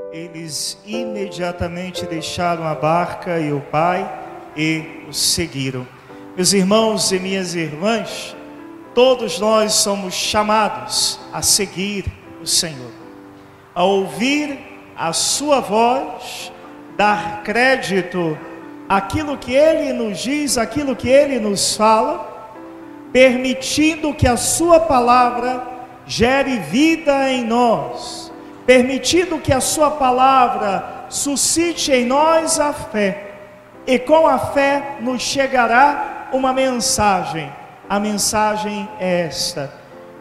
Eles imediatamente deixaram a barca e o pai e o seguiram. Meus irmãos e minhas irmãs, todos nós somos chamados a seguir o Senhor, a ouvir a sua voz, dar crédito àquilo que Ele nos diz, àquilo que Ele nos fala, permitindo que a sua palavra gere vida em nós, permitindo que a sua palavra suscite em nós a fé, e com a fé nos chegará uma mensagem. A mensagem é esta: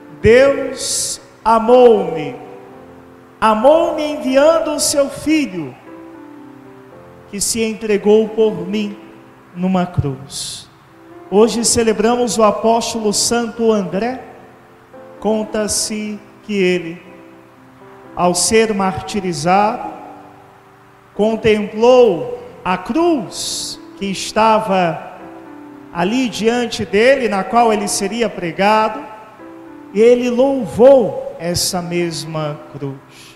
Deus amou-me enviando o seu Filho, que se entregou por mim numa cruz. Hoje celebramos o apóstolo Santo André. Conta-se que ele, ao ser martirizado, contemplou a cruz que estava ali diante dele, na qual ele seria pregado, e ele louvou essa mesma cruz.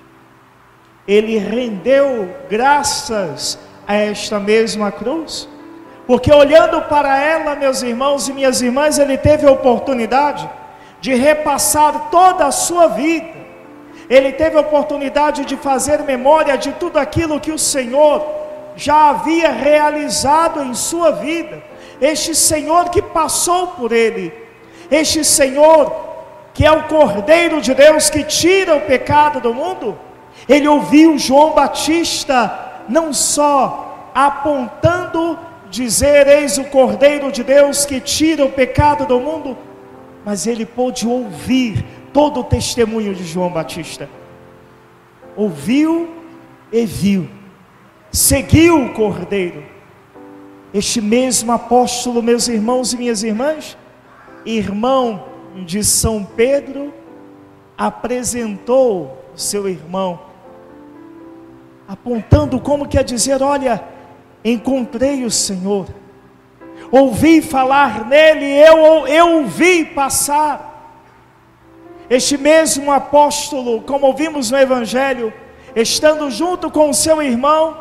Ele rendeu graças a esta mesma cruz, porque olhando para ela, meus irmãos e minhas irmãs, ele teve a oportunidade de repassar toda a sua vida. Ele teve a oportunidade de fazer memória de tudo aquilo que o Senhor já havia realizado em sua vida. Este Senhor que passou por ele, este Senhor que é o Cordeiro de Deus que tira o pecado do mundo. Ele ouviu João Batista não só apontando, dizer: eis o Cordeiro de Deus que tira o pecado do mundo, mas ele pôde ouvir todo o testemunho de João Batista. Ouviu e viu, seguiu o Cordeiro. Este mesmo apóstolo, meus irmãos e minhas irmãs, irmão de São Pedro, apresentou o seu irmão, apontando como quer dizer: olha, encontrei o Senhor, ouvi falar nele, eu o vi passar. Este mesmo apóstolo, como ouvimos no Evangelho, estando junto com o seu irmão,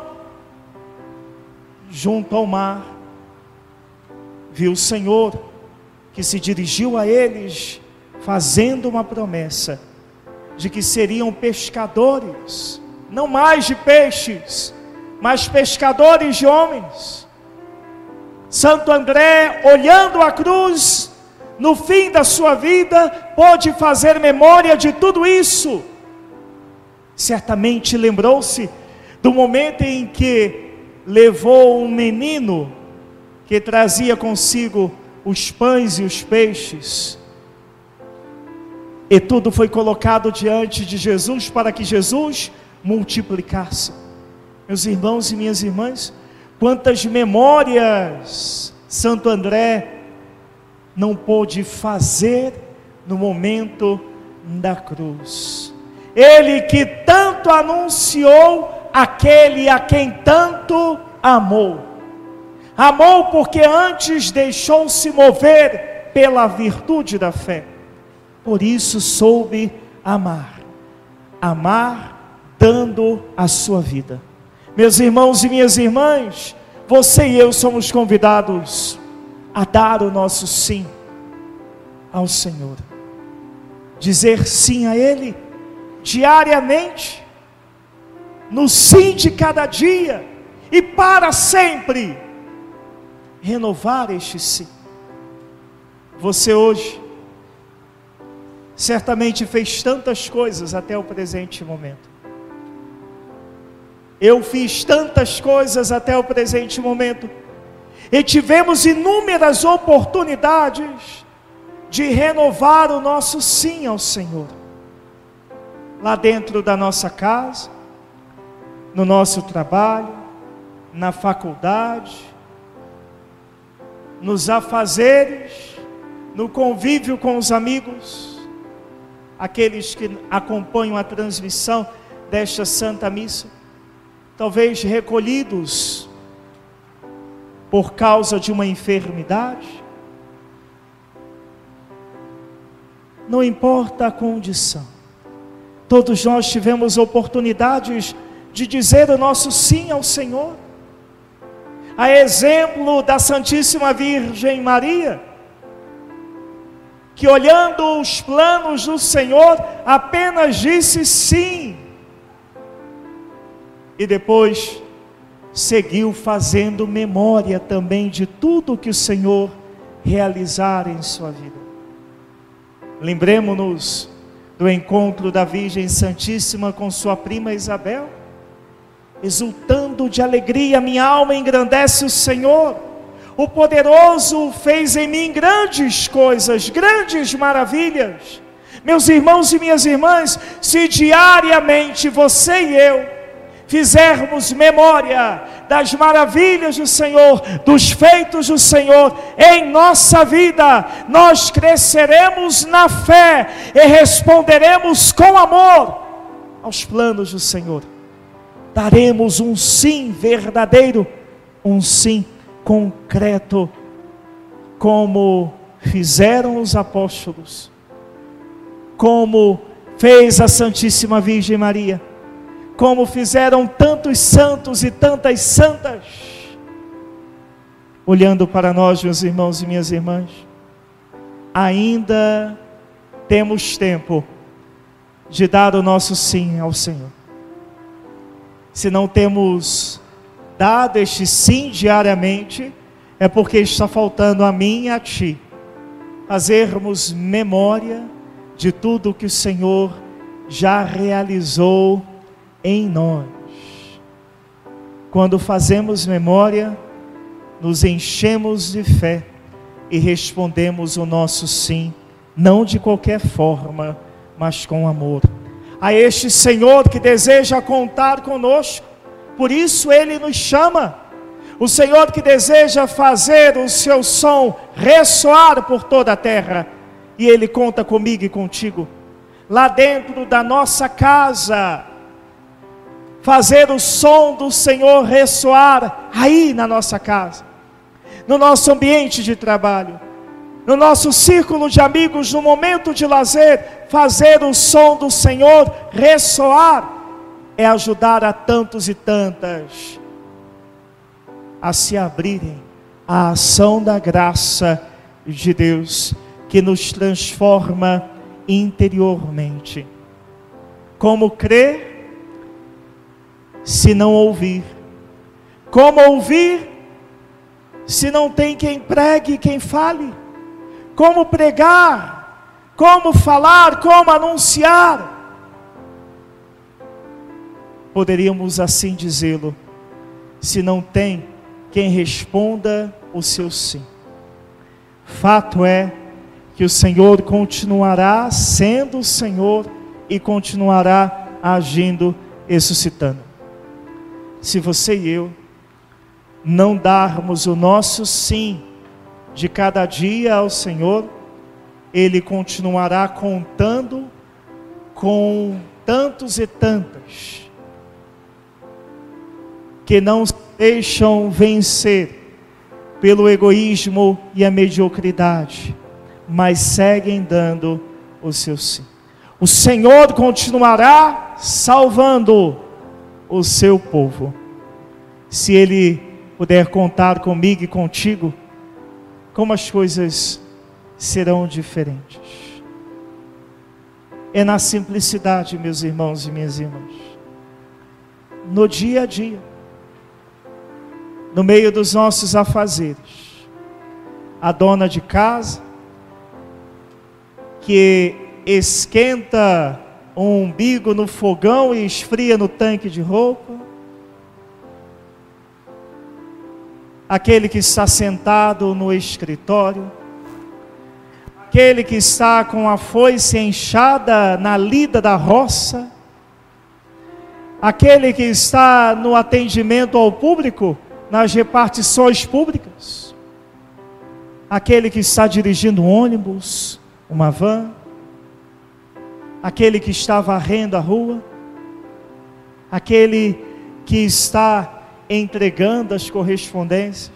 junto ao mar, viu o Senhor que se dirigiu a eles, fazendo uma promessa de que seriam pescadores, não mais de peixes, mas pescadores de homens. Santo André, olhando a cruz, no fim da sua vida, pôde fazer memória de tudo isso. Certamente lembrou-se do momento em que levou um menino que trazia consigo os pães e os peixes, e tudo foi colocado diante de Jesus para que Jesus multiplicasse. Meus irmãos e minhas irmãs, quantas memórias Santo André não pôde fazer no momento da cruz. Ele que tanto anunciou aquele a quem tanto amou. Amou porque antes deixou-se mover pela virtude da fé. Por isso soube amar. Amar dando a sua vida. Meus irmãos e minhas irmãs, você e eu somos convidados a dar o nosso sim ao Senhor. Dizer sim a Ele diariamente, no sim de cada dia e para sempre. Renovar este sim. Você hoje certamente fez tantas coisas até o presente momento. Eu fiz tantas coisas até o presente momento. E tivemos inúmeras oportunidades de renovar o nosso sim ao Senhor. Lá dentro da nossa casa, no nosso trabalho, na faculdade, nos afazeres, no convívio com os amigos, aqueles que acompanham a transmissão desta Santa Missa, talvez recolhidos por causa de uma enfermidade. Não importa a condição, todos nós tivemos oportunidades de dizer o nosso sim ao Senhor. A exemplo da Santíssima Virgem Maria, que olhando os planos do Senhor, apenas disse sim. E depois seguiu fazendo memória também de tudo que o Senhor realizara em sua vida. Lembremos-nos do encontro da Virgem Santíssima com sua prima Isabel, exultando de alegria, minha alma engrandece o Senhor, o poderoso fez em mim grandes coisas, grandes maravilhas. Meus irmãos e minhas irmãs, se diariamente você e eu fizermos memória das maravilhas do Senhor, dos feitos do Senhor em nossa vida, nós cresceremos na fé e responderemos com amor aos planos do Senhor. Daremos um sim verdadeiro, um sim concreto, como fizeram os apóstolos, como fez a Santíssima Virgem Maria, como fizeram tantos santos e tantas santas. Olhando para nós, meus irmãos e minhas irmãs, ainda temos tempo de dar o nosso sim ao Senhor. Se não temos dado este sim diariamente, é porque está faltando a mim e a ti fazermos memória de tudo que o Senhor já realizou em nós. Quando fazemos memória, nos enchemos de fé e respondemos o nosso sim, não de qualquer forma, mas com amor. A este Senhor que deseja contar conosco, por isso Ele nos chama. O Senhor que deseja fazer o seu som ressoar por toda a terra, e Ele conta comigo e contigo, lá dentro da nossa casa, fazer o som do Senhor ressoar aí na nossa casa, no nosso ambiente de trabalho, no nosso círculo de amigos, no momento de lazer, fazer o som do Senhor ressoar, é ajudar a tantos e tantas a se abrirem à ação da graça de Deus, que nos transforma interiormente. Como crer se não ouvir? Como ouvir se não tem quem pregue, quem fale? Como pregar? Como falar? Como anunciar? Poderíamos assim dizê-lo, se não tem quem responda o seu sim. Fato é que o Senhor continuará sendo o Senhor e continuará agindo e suscitando. Se você e eu não darmos o nosso sim de cada dia ao Senhor, Ele continuará contando com tantos e tantas que não se deixam vencer pelo egoísmo e a mediocridade, mas seguem dando o seu sim. O Senhor continuará salvando o seu povo. Se Ele puder contar comigo e contigo, como as coisas serão diferentes. É na simplicidade, meus irmãos e minhas irmãs, no dia a dia, no meio dos nossos afazeres, a dona de casa que esquenta um umbigo no fogão e esfria no tanque de roupa, aquele que está sentado no escritório, aquele que está com a foice enxada na lida da roça, aquele que está no atendimento ao público, nas repartições públicas, aquele que está dirigindo um ônibus, uma van, aquele que está varrendo a rua, aquele que está entregando as correspondências.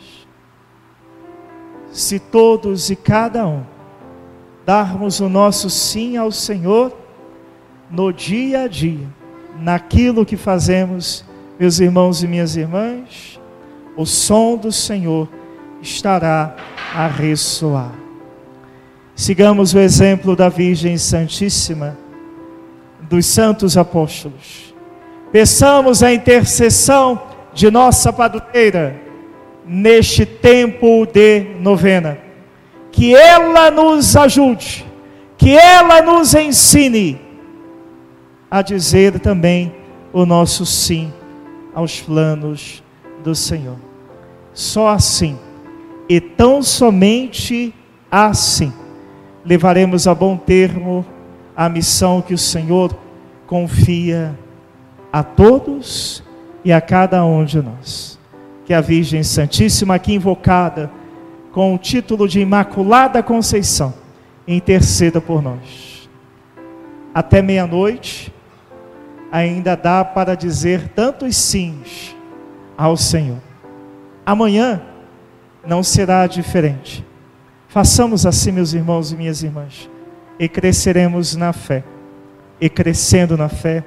Se todos e cada um darmos o nosso sim ao Senhor no dia a dia, naquilo que fazemos, meus irmãos e minhas irmãs, o som do Senhor estará a ressoar. Sigamos o exemplo da Virgem Santíssima, dos santos apóstolos. Peçamos a intercessão de nossa padroeira neste tempo de novena. Que ela nos ajude, que ela nos ensine a dizer também o nosso sim aos planos do Senhor. Só assim, e tão somente assim, levaremos a bom termo a missão que o Senhor confia a todos e a cada um de nós. Que a Virgem Santíssima, aqui invocada com o título de Imaculada Conceição, interceda por nós. Até meia-noite ainda dá para dizer tantos sims ao Senhor. Amanhã não será diferente. Façamos assim, meus irmãos e minhas irmãs, e cresceremos na fé. E crescendo na fé,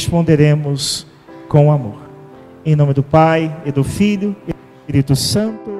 responderemos com amor. Em nome do Pai, e do Filho, e do Espírito Santo.